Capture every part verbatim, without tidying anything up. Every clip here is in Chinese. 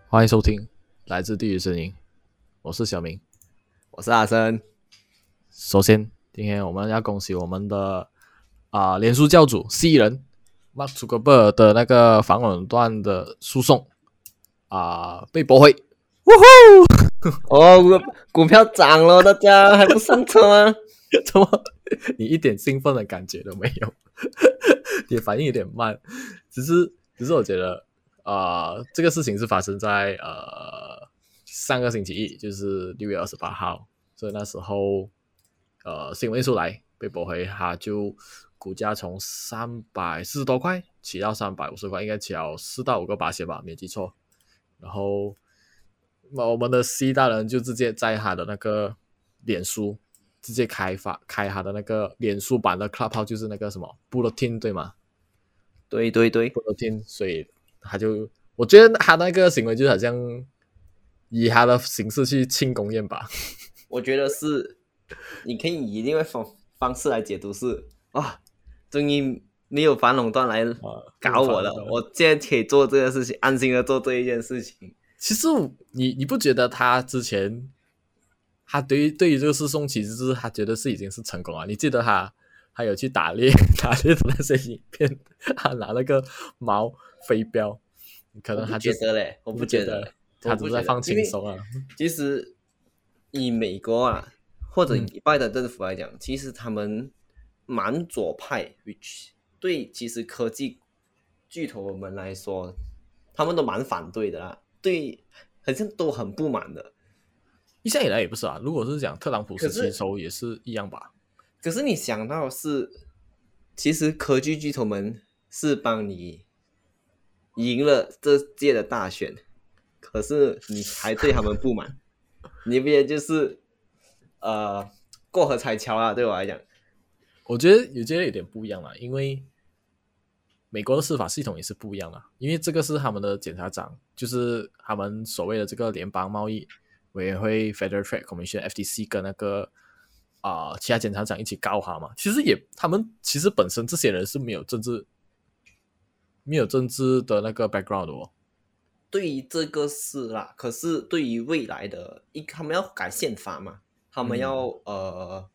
欢迎收听来自地狱声音，我是小明， 我是阿生。 首先，今天我们要恭喜我们的啊、呃、脸书教主 C 人 Mark Zuckerberg 的那个反垄断的诉讼啊、呃、被驳回。 哦，股票涨了，大家还不上车吗？ 怎么？你一点兴奋的感觉都没有？你反应有点慢，只是只是我觉得，呃，这个事情是发生在呃上个星期一，就是六月二十八号，所以那时候呃新闻一出来被驳回，它就股价从三百四十多块起到三百五十块，应该起到四到五个八千吧，没记错。然后我们的 C 大人就直接在他的那个脸书。直接开发开他的那个脸书版的 Clubhouse， 就是那个什么 Bulletin 对吗？ 对对对 Bulletin， 所以他就我觉得他那个行为就好像以他的形式去庆功宴吧。 我觉得是，你可以以另外方方式来解读是啊，终于没有反垄断来搞我了，啊、我现在可以做这个事情，安心的做这一件事情。 其实你你不觉得他之前？他对于对于这个诉讼，其实是他觉得是已经是成功了。你记得他还有去打猎打猎的那些影片，他拿那个猫飞镖，可能他就觉得嘞，我不觉得， 他只是在放轻松啊。 其实以美国啊或者以拜登政府来讲，嗯、其实他们蛮左派 ，which 对其实科技巨头们来说，他们都蛮反对的啦，对，好像都很不满的。 一向以来也不是啊，如果是讲特朗普时期时候也是一样吧。 可是你想到是，其实科技巨头们是帮你赢了这届的大选，可是你还对他们不满，你不也就是呃过河拆桥啊？对我来讲， 我觉得有觉得有点不一样啦，因为美国的司法系统也是不一样的，因为这个是他们的检察长，就是他们所谓的这个联邦贸易委员会 Federal Trade Commission F T C 跟那个啊、呃、其他检察长一起告他嘛。其实也他们其实本身这些人是没有政治没有政治的那个 background 的哦。 对于这个是啦，可是对于未来的，他们要改宪法嘛，他们要、嗯、呃，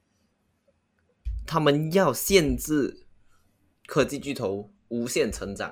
他们要限制科技巨头无限成长。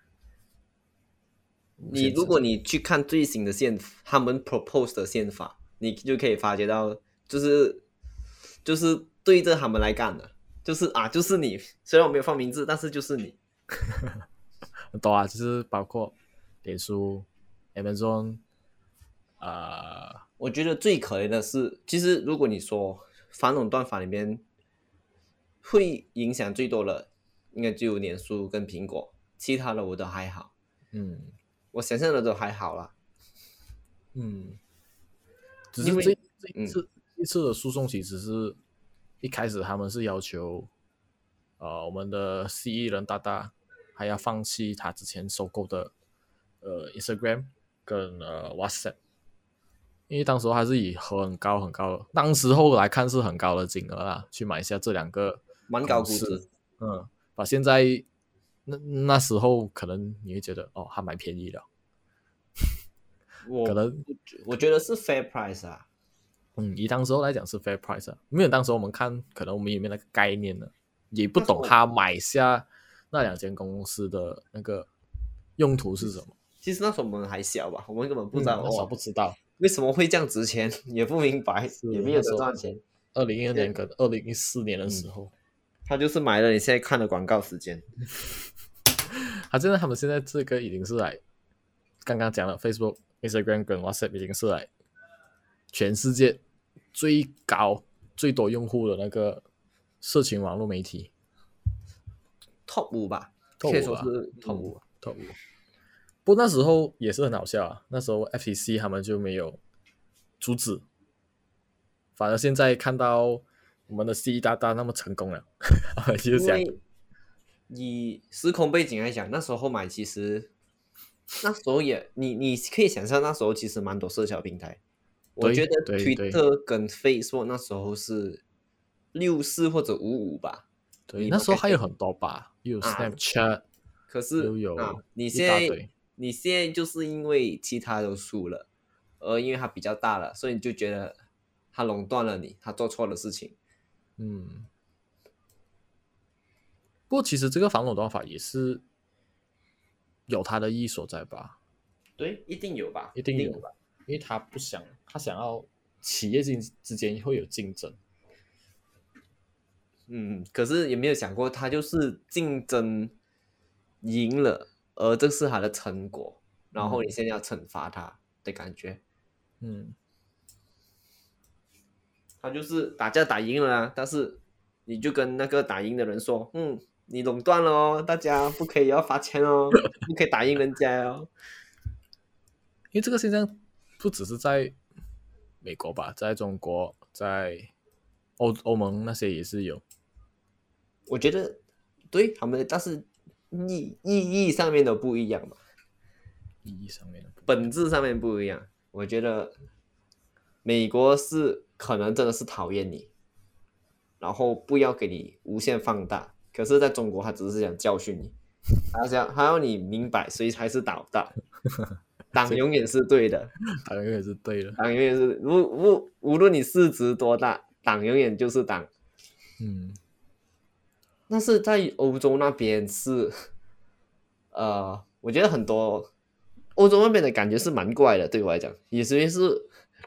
你如果你去看最新的宪法，他们 propose 的宪法，你就可以发觉到，就是就是对着他们来干的，就是啊，就是你。虽然我没有放名字，但是就是你。 懂啊，就是包括脸书、Amazon， 呃， 我觉得最可怜的是，其实如果你说反垄断法里面会影响最多的，应该只有脸书跟苹果，其他的我都还好。 嗯。 我想象的都还好啦， 嗯，只是这这一次、嗯、这次的诉讼其实是一开始他们是要求，呃，我们的 C E 人大大还要放弃他之前收购的呃 Instagram 跟呃 WhatsApp， 因为当时还是以很高很高的，当时候来看是很高的金额啦，去买下这两个蛮高估值， 嗯，把现在。那那时候可能你会觉得哦，还蛮便宜的， 我可能我觉得是 fair price 啊。 嗯，以当时候来讲是 fair price 啊，因为当时我们看，可能我们也没那个概念呢，也不懂他买下那两间公司的那个用途是什么。 其实那时候我们还小吧，我们根本不知道， 嗯、那时候不知道为什么会这样值钱，也不明白，也没有得赚钱。 二零一二年跟二零一四年的时候。嗯， 他就是买了你现在看的广告时间。 他现在他们现在这个已经是来，刚刚讲了 Facebook、Instagram 跟 WhatsApp 已经是来全世界最高最多用户的那个社群网络媒体 ，Top 五吧， 可以说是 Top 五 Top 五。不过那时候也是很好笑啊，那时候 F T C 他们就没有阻止，反而现在看到我们的 C 大大那么成功了，就是想以时空背景来讲，那时候买其实那时候也你你可以想象，那时候其实蛮多社交平台。我觉得 Twitter 跟 Facebook 那时候是六四或者五五吧。 对，那时候还有很多吧，又有 Snapchat，、啊、 可是又有、 啊、你现在你现在就是因为其他都输了，而因为他比较大了，所以你就觉得他垄断了你，他做错了事情。 嗯，不过其实这个反垄断法也是有它的意义所在吧？ 对，一定有吧， 一定有吧， 因为他不想，他想要企业之之间会有竞争。 嗯，可是也没有想过，他就是竞争赢了，而这是他的成果，然后你现在要惩罚他的感觉。 嗯， 他就是打架打赢了啊，但是你就跟那个打赢的人说，嗯，你垄断了哦，大家不可以要罚钱哦，不可以打赢人家哦。 因为这个现象不只是在美国吧，在中国，在欧欧盟那些也是有。 我觉得对他们，但是意意义上面都不一样嘛， 意义上面的不一样本质上面不一样。我觉得美国是可能真的是讨厌你，然后不要给你无限放大。可是在中国，他只是想教训你，他想他要你明白谁才是老大，党永远是对的， 党永远是对的。 党永远是无无无论你市值多大，党永远就是党。 嗯， 但是在欧洲那边是，呃，我觉得很多欧洲那边的感觉是蛮怪的，对我来讲，也是是，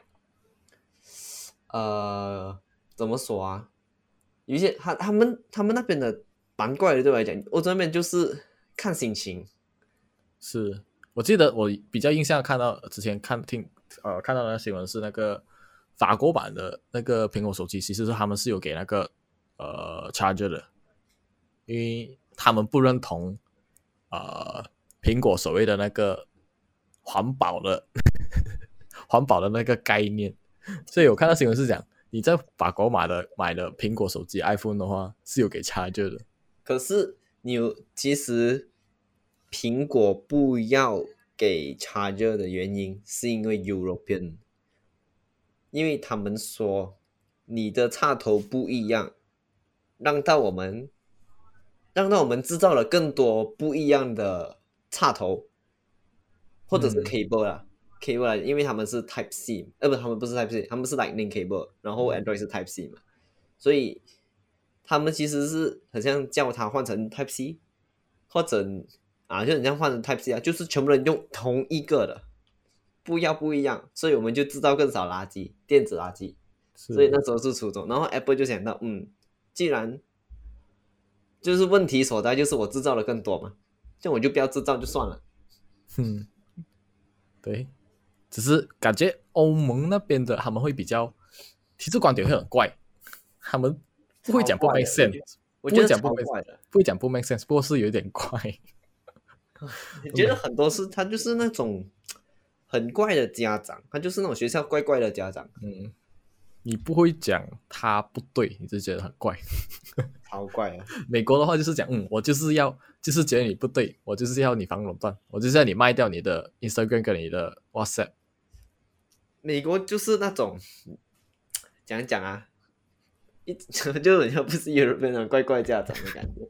呃，怎么说啊？有一些他他们他们那边的蛮怪的，对我来讲，欧洲那边就是看心情。 是我记得我比较印象看到之前看听呃看到的新闻是那个法国版的那个苹果手机，其实是他们是有给那个呃 charger 的，因为他们不认同呃苹果所谓的那个环保的环保的那个概念，所以我看到新闻是讲你在法国买的买的苹果手机 iPhone 的话是有给 charger 的。 可是你有其实苹果不要给 charger 的原因是因为 European， 因为他们说你的插头不一样，让到我们让到我们制造了更多不一样的插头，或者是 cable 啦、嗯、，cable 啦，因为他们是 Type C， 呃不，他们不是 Type C， 他们是 Lightning cable， 然后 Android 是 Type C 嘛，所以他们其实是很像叫它换成 Type C， 或者啊，就很像换成 Type C 啊，就是全部人用同一个的，不要不一样，所以我们就制造更少垃圾，电子垃圾。所以那时候是初衷，然后 Apple 就想到，嗯，既然就是问题所在，就是我制造的更多嘛，这样我就不要制造就算了。 嗯，对，只是感觉欧盟那边的他们会比较，其实观点会很怪，他们不会讲不 make sense， 我觉得讲不 make sense， 不会讲不 make sense， 不过是有点怪。 我觉得很多是他就是那种很怪的家长，他就是那种学校怪怪的家长。 嗯，你不会讲他不对，你就觉得很怪， 超怪啊！ 美国的话就是讲，嗯，我就是要，就是觉得你不对，我就是要你防垄断，我就是要你卖掉你的 Instagram 跟你的 WhatsApp。 美国就是那种讲讲啊，一就好像不是 European 那种怪怪家长的感觉。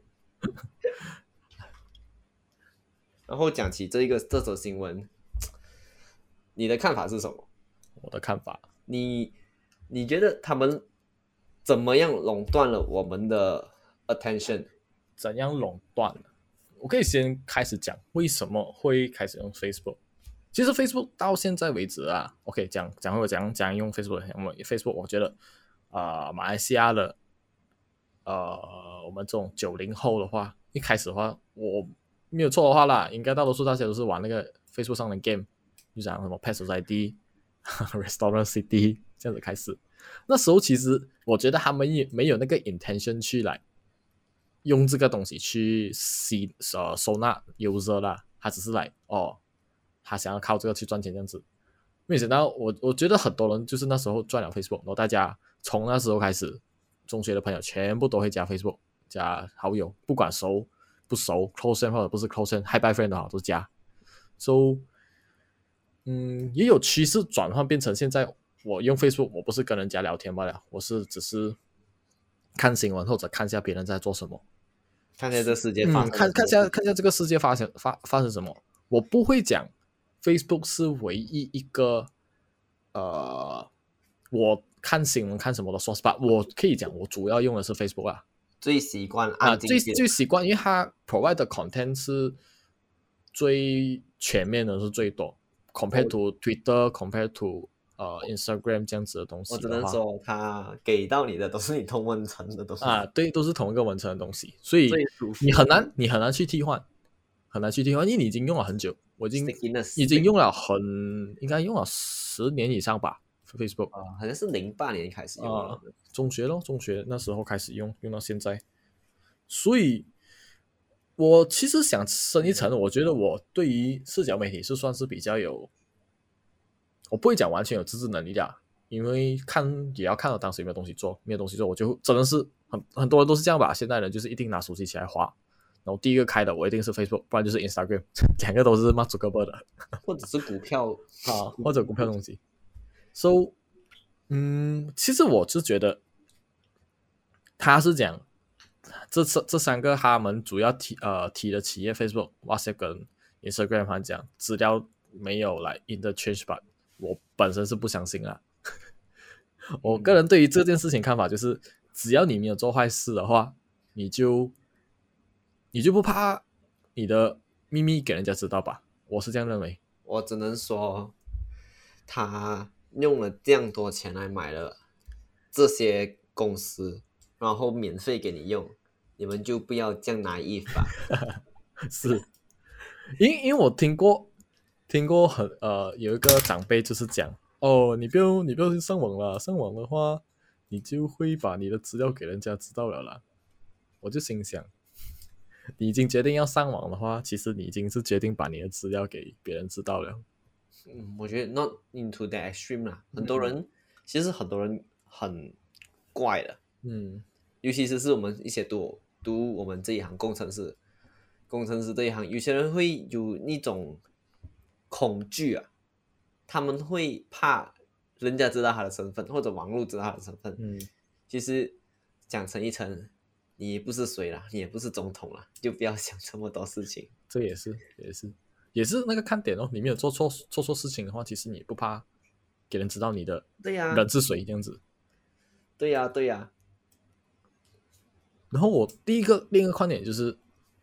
然后讲起这一个这则新闻，你的看法是什么？ 我的看法， 你你觉得他们怎么样垄断了我们的 attention？ 怎样垄断？我可以先开始讲为什么会开始用 Facebook。其实 Facebook 到现在为止啊 ，OK， 讲讲会讲讲用 Facebook， 因为 Facebook 我觉得啊、呃，马来西亚的呃，我们这种九零后的话，一开始的话，我没有错的话啦，应该大多数大家都是玩那个 Facebook 上的 game， 就讲什么 Pet Society、Restaurant City 这样子开始。那时候其实我觉得他们也没有那个 intention 去来用这个东西去吸呃收纳 user 啦，他只是来哦，他想要靠这个去赚钱这样子。没想到我我觉得很多人就是那时候赚了 Facebook， 然后大家从那时候开始，中学的朋友全部都会加 Facebook， 加好友，不管熟不熟 ，close friend 或者不是 close friend， hi bye friend 都好，都加。So， 嗯，也有趋势转换变成现在我用 Facebook， 我不是跟人家聊天罢了，我是只是看新闻或者看一下别人在做什么， 看一下这世界发生、 嗯、看看一下看一下这个世界发生发发生什么。 我不会讲 Facebook 是唯一一个呃，我看新闻看什么的 source， but 我可以讲我主要用的是 Facebook 啊。 最习惯啊，最按进去的， 最习惯，因为它 provide 的 content 是最全面的，是最多，compared to Twitter，compared to 呃 Instagram 这样子的东西我只的话， 能说他给到你的都是你同温层的东西啊，对，都是同一个文层的东西，所以最舒服你很难，你很难去替换，很难去替换，因为你已经用了很久，我已经 Stickiness 已经用了很，应该用了十年以上吧，Facebook 啊，好像是零八年开始用啊、 的， 中学咯，中学那时候开始用，用到现在，所以我其实想深一层，我觉得我对于社交媒体是算是比较有，我不会讲完全有自制能力的，因为看也要看到当时有没有东西做，没有东西做，我就真的是很很多人都是这样吧，现代人就是一定拿手机起来滑，然后第一个开的我一定是 Facebook， 不然就是 Instagram， 两个都是 Mark Zuckerberg 的或者是股票啊，或者股票东西。So， 嗯，其实我是觉得他是讲这这三个他们主要提呃提的企业 Facebook、WhatsApp 跟 Instagram， 他讲资料没有来 interchange 吧，我本身是不相信啦。我个人对于这件事情看法就是，只要你没有做坏事的话，你就你就不怕你的秘密给人家知道吧？我是这样认为。 我只能说，他用了这样多钱来买了这些公司，然后免费给你用，你们就不要这样拿一吧。 是，因因为我听过听过很呃有一个长辈就是讲，哦，你不要你不要上网了，上网的话你就会把你的资料给人家知道了啦。我就心想，你已经决定要上网的话，其实你已经是决定把你的资料给别人知道了。 嗯，我觉得 not into the extreme 啦，很多人、嗯、其实很多人很怪的， 嗯， 尤其是是我们一些读读我们这一行工程师，工程师这一行，有些人会有那种恐惧啊，他们会怕人家知道他的身份，或者网络知道他的身份。 嗯， 其实讲成一层，你也不是谁啦，你也不是总统啦，就不要想这么多事情。 这也是也是也是那个看点哦。你没有做错做错事情的话，其实你不怕给人知道你的人是谁这样子。 对呀、啊，对呀、啊。 然后我第一个另一个观点就是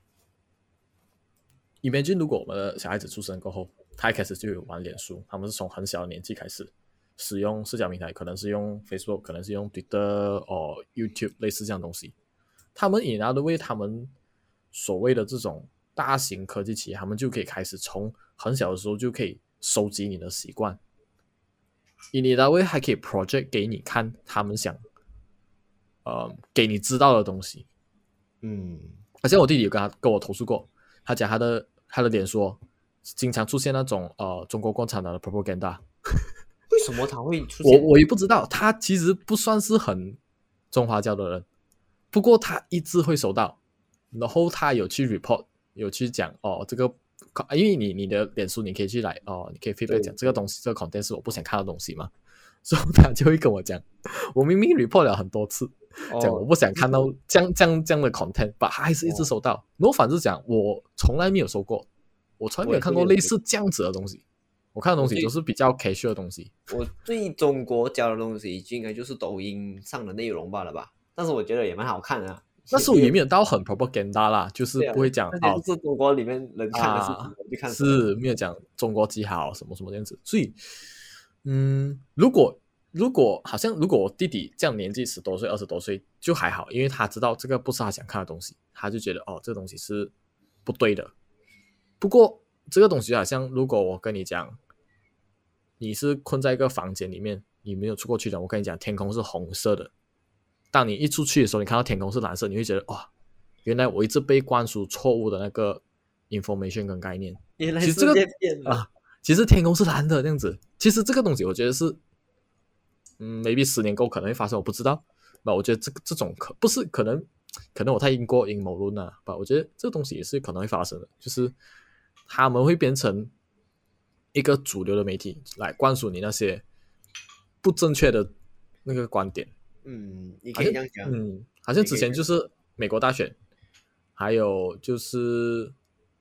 ，imagine 如果我们的小孩子出生过后，他一开始就有玩脸书，他们是从很小的年纪开始使用社交平台，可能是用 Facebook， 可能是用 Twitter 或 YouTube 类似这样的东西。他们以拿的为他们所谓的这种大型科技企业，他们就可以开始从很小的时候就可以收集你的习惯，以你的为还可以 project 给你看他们想呃给你知道的东西。 嗯， 而且我弟弟有跟他跟我投诉过，他讲他的他的脸书经常出现那种呃中国共产党的 propaganda。 为什么他会出现？ 我我也不知道，他其实不算是很中华教的人，不过他一直会收到，然后他有去 report， 有去讲哦这个，因为你你的脸书你可以去来哦，你可以 feedback 讲这个东西这个 content 是我不想看的东西嘛，所以他就会跟我讲，我明明 report 了很多次，讲我不想看到这样这样这样的 content， 但他还是一直收到。然后反正讲我从来没有收过，我从来没有看过类似这样子的东西。我看的东西都是比较 casual 的东西。 我对中国教的东西就应该就是抖音上的内容罢了吧，但是我觉得也蛮好看的、啊。 但是我也没有到很 propaganda 啦，就是不会讲啊，就是中国里面人看的事情， 啊、 我去看是没有讲中国极好什么什么这样子。所以，嗯，如果如果好像如果我弟弟这样年纪十多岁、二十多岁就还好，因为他知道这个不是他想看的东西，他就觉得哦，这个东西是不对的。不过这个东西好像，如果我跟你讲，你是困在一个房间里面，你没有出过去的，我跟你讲，天空是红色的。当你一出去的时候，你看到天空是蓝色，你会觉得哇、哦，原来我一直被灌输错误的那个 information 跟概念。 原来世界变了、 啊，其实天空是蓝的这样子。其实这个东西，我觉得是，嗯 ，maybe 十年后可能会发生，我不知道。那我觉得这个这种可不是可能，可能我太阴过阴谋论了吧？我觉得这个东西也是可能会发生的，就是他们会变成一个主流的媒体来灌输你那些不正确的那个观点。 嗯，你可以这样讲。 嗯，好像之前就是美国大选，还有就是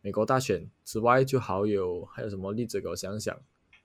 美国大选之外，就好有还有什么例子给我想想？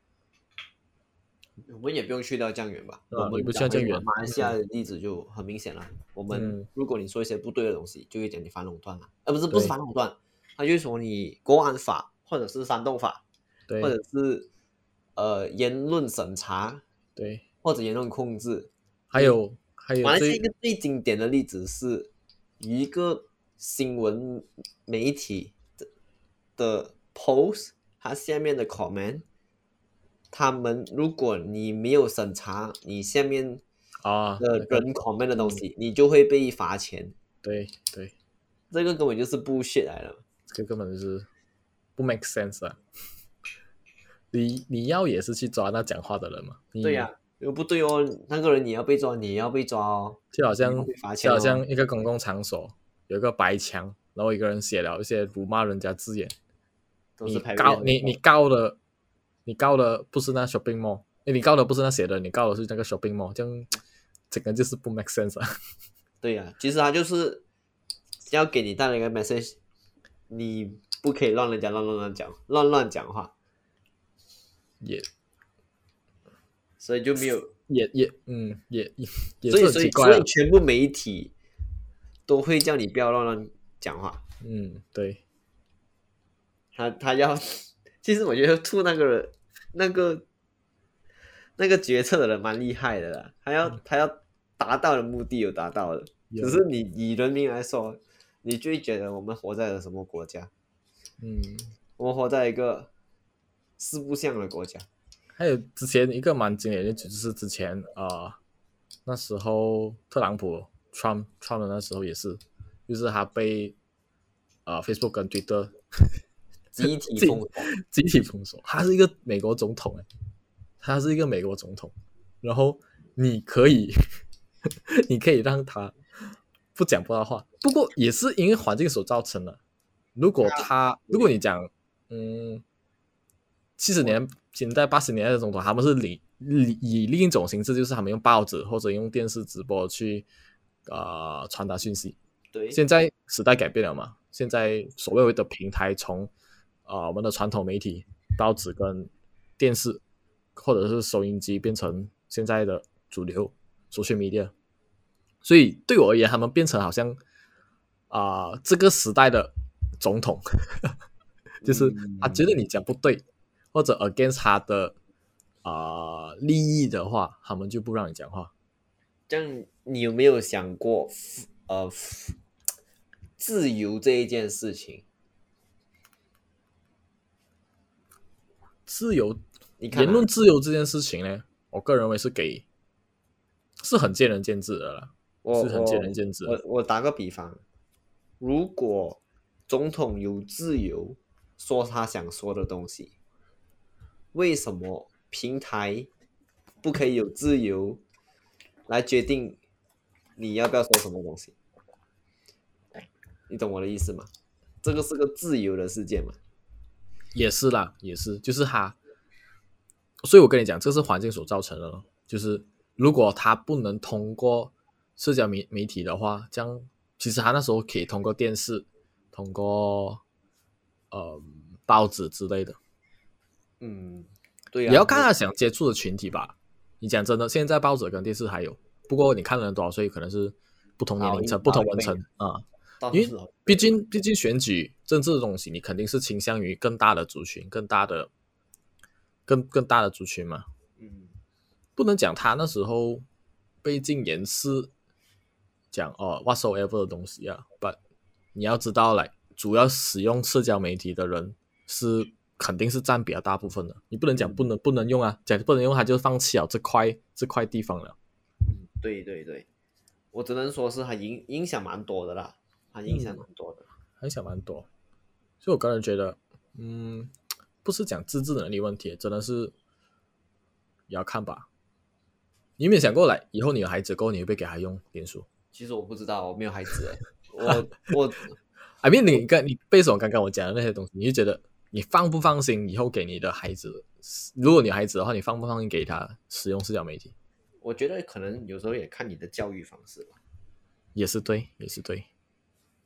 我们也不用去到这样远吧， 啊， 我们也不需要这样远。 马来西亚的例子就很明显了。嗯、我们如果你说一些不对的东西，就会讲你反垄断了，而、呃、不是不是反垄断，他就会说你国安法或者是煽动法， 对， 或者是呃言论审查， 对， 或者言论控制。 还有还有， 马来西亚一个最经典的例子是一个新闻媒体的的 post， 它下面的 comment。他们如果你没有审查你下面的人 comment 的东西，啊那个、你就会被罚钱。 对对， 这个根本就是 bullshit 来了， 这个根本就是不 make sense 啊！你你要也是去抓那讲话的人嘛？ 对呀、啊，又不对哦，那个人你要被抓，你也要被抓哦。 就好像、 哦、 就好像一个公共场所有一个白墙，然后一个人写了一些辱骂人家字眼，你告你你告的。你告的不是那 shopping mall， 你告的不是那写的，你告的是那个 shopping mall， 这样整个就是不 make sense 啊。 对呀、啊，其实他就是要给你带来一个 message， 你不可以让人家乱乱乱讲，乱乱讲话。 也， 所以就没有， 也也嗯也也所以是很奇怪、啊、 所以所以全部媒体都会叫你不要乱乱讲话。 嗯，对。 他他要。其实我觉得吐那个人，那个那个决策的人蛮厉害的啦。他要、嗯、他要达到的目的有达到了，只是你以人民来说，你就会觉得我们活在了什么国家？ 嗯， 我们活在一个四不像的国家。 还有之前一个蛮经典的，就是之前啊、呃、那时候特朗普 Trump Trump 的那时候也是，就是他被呃 Facebook 跟 Twitter。 集体封锁， 集体封锁。他是一个美国总统，他是一个美国总统，然后你可以，你可以让他不讲不到话。不过也是因为环境所造成的。如果他，如果你讲，嗯，七十年、现在八十年代的总统，他们是以以另一种形式，就是他们用报纸或者用电视直播去呃传达讯息。 对， 现在时代改变了嘛，现在所谓的平台从啊、呃，我们的传统媒体、报纸跟电视，或者是收音机，变成现在的主流 social media。所以对我而言，他们变成好像啊、呃、这个时代的总统，就是他觉得你讲不对，或者 against 他的啊、呃、利益的话，他们就不让你讲话。 这样你有没有想过，呃，自由这一件事情？ 自由， 你看、啊、 言论自由这件事情呢，我个人认为是给是很见仁见智的啦， 我是很见仁见智的。 我 我, 我打个比方，如果总统有自由说他想说的东西，为什么平台不可以有自由来决定你要不要说什么东西？你懂我的意思吗？这个是个自由的世界嘛。 也是啦，也是，就是他，所以我跟你讲，这是环境所造成的咯。就是如果他不能通过社交媒媒体的话，这样其实他那时候可以通过电视、通过呃报纸之类的。 嗯，对啊， 也要看他想接触的群体吧。你讲真的，现在报纸跟电视还有，不过你看的人多少岁，可能是不同年龄层、不同文层啊。因为毕竟，毕竟选举政治的东西，你肯定是倾向于更大的族群、更大的、更更大的族群嘛。 嗯， 不能讲他那时候被禁言是讲哦 whatsoever 的东西啊。but 你要知道，来主要使用社交媒体的人是肯定是占比较大部分的。你不能讲不能不能用啊，讲不能用，他就放弃了这块这块地方了。 嗯，对对对，我只能说是他影影响蛮多的啦。它影响蛮多的、 嗯，影响蛮多，所以我个人觉得，嗯，不是讲自制能力问题，真的是也要看吧。你有没有想过来以后你有孩子过后，你会不会给他用脸书？ 其实我不知道，我没有孩子哎，我我 ，I mean 你刚你背什么刚刚我讲的那些东西，你就觉得你放不放心以后给你的孩子？如果你有孩子的话，你放不放心给他使用社交媒体？ 我觉得可能有时候也看你的教育方式吧。 也是对，也是对。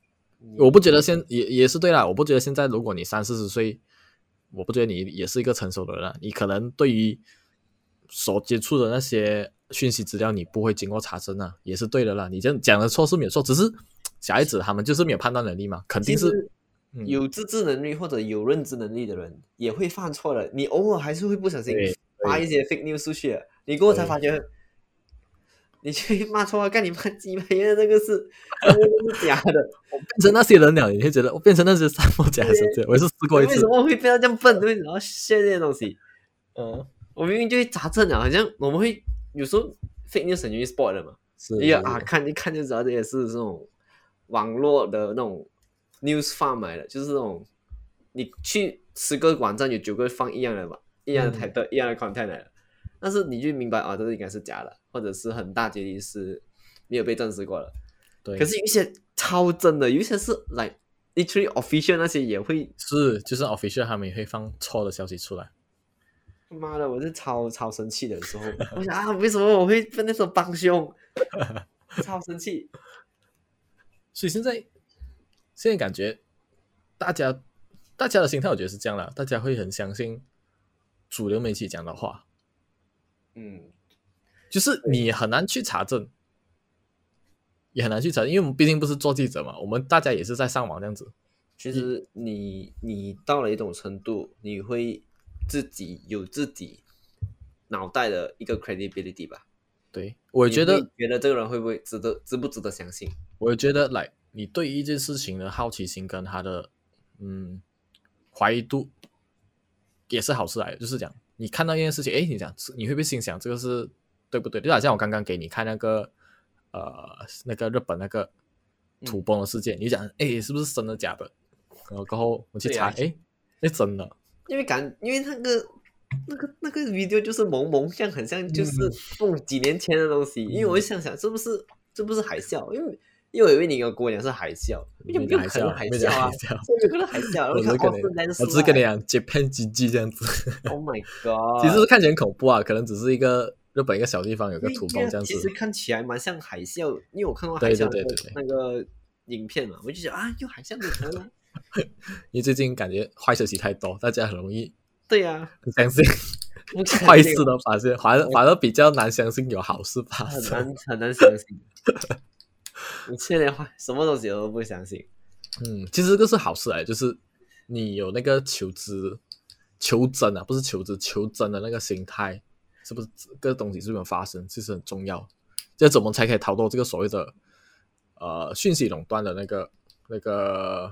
我不觉得现也也是对啦，我不觉得现在如果你三四十岁，我不觉得你也是一个成熟的人了，你可能对于所接触的那些讯息资料，你不会经过查证啊，也是对的啦。你这样讲的错是没有错，只是小孩子他们就是没有判断能力嘛，肯定是。 有自制能力或者有认知能力的人也会犯错的，你偶尔还是会不小心发一些 fake news 出去的，你过后才发觉，你去骂错话，干你妈鸡巴，原来那个是那个是假的。 我变成那些人了，你会觉得我变成那些三模假的世界，我也是试过一次。 为什么会变得这样笨？为什么要学这些东西？嗯，我明明就会查证了，好像我们会有时候 fake news 很容易 spot 的嘛，哎呀啊，看一看就知道这些是这种网络的那种。news farm 来的，就是那种你去十个网站有九个放一样的吧，一样的 title、嗯、一样的 content 来的，但是你就明白啊，这个应该是假的，或者是很大几率是没有被证实过的。对，可是有一些超真的，有一些是 like literally official 那些也会是，就是 official 他们也会放错的消息出来。 妈的，我是超超生气的时候，我想啊，为什么我会被那种帮凶？超生气。 所以现在。现在感觉大家大家的心态，我觉得是这样啦，大家会很相信主流媒体讲的话，嗯，就是你很难去查证，也很难去查证，因为我们毕竟不是做记者嘛，我们大家也是在上网这样子。 其实你你到了一种程度，你会自己有自己脑袋的一个 credibility 吧？ 对，我觉得觉得这个人会不会值得值不值得相信？ 我觉得来。你对一件事情的好奇心跟他的嗯怀疑度也是好事来的，就是讲你看到一件事情，哎，你讲你会不会心想这个是对不对？就好像我刚刚给你看那个呃那个日本那个土崩的事件，嗯、你讲哎是不是真的假的？然后过后我去查，哎哎、啊、真的， 因为感因为那个那个那个 video 就是蒙蒙像很像就是蹦几年前的东西，嗯、因为我就想想是不是是不是海啸，因为。因为我以为你跟我讲是海啸，没有可能海啸啊，没有可能海啸。 我只是跟你，我只是跟你讲 Japan G G 这样子。 Oh my god！ 其实看起来很恐怖啊，可能只是一个日本一个小地方有个土崩这样子。 其实看起来蛮像海啸，因为我看过海啸的那个影片嘛，我就觉得啊，有海啸的可能。 因为最近感觉坏消息太多，大家很容易对呀、啊， 相信坏事的发生，反而反而比较难相信有好事发生， 很难很难相信。你现在什么东西都不相信， 嗯，其实这个是好事来，就是你有那个求知、求真啊，不是求知、求真的那个心态，是不是这个东西是没有发生，其实很重要。这怎么才可以逃脱这个所谓的呃讯息垄断的那个那个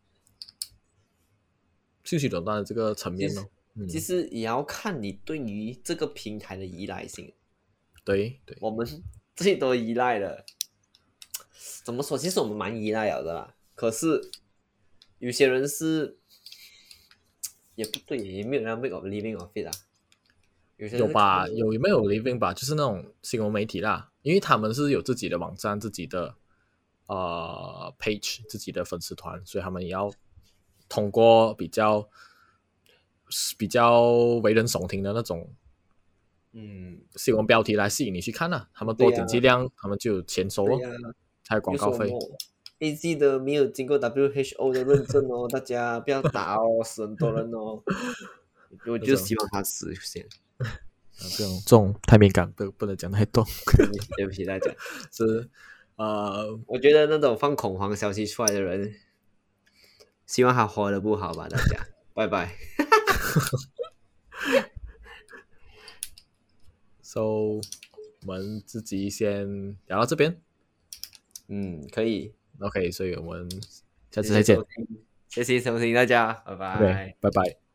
讯息垄断的这个层面呢？ 嗯、其实也要看你对于这个平台的依赖性。 对对， 我们最多依赖的。怎么说？其实我们蛮依赖了的啦。可是有些人是也不对，也没有人 make of living of it 啊。有, 有吧？有没有 living 吧？就是那种新闻媒体啦，因为他们是有自己的网站、自己的呃 page、自己的粉丝团，所以他们也要通过比较比较为人耸听的那种嗯新闻标题来吸引你去看啊。他们多点击量，啊、他们就有钱收咯。还有广告费 ，A Z 的没有经过 W H O 的认证哦，大家不要打哦，死很多人哦。我就希望他实现。 啊，这种这种太敏感，不不能讲太多。 对不起大家， 是呃， 我觉得那种放恐慌消息出来的人，希望他活得不好吧，大家，拜拜。 So 我们自己先聊到这边。 嗯，可以 ，OK， 所以我们下次再见， 谢谢收听大家，拜拜， okay, 拜拜。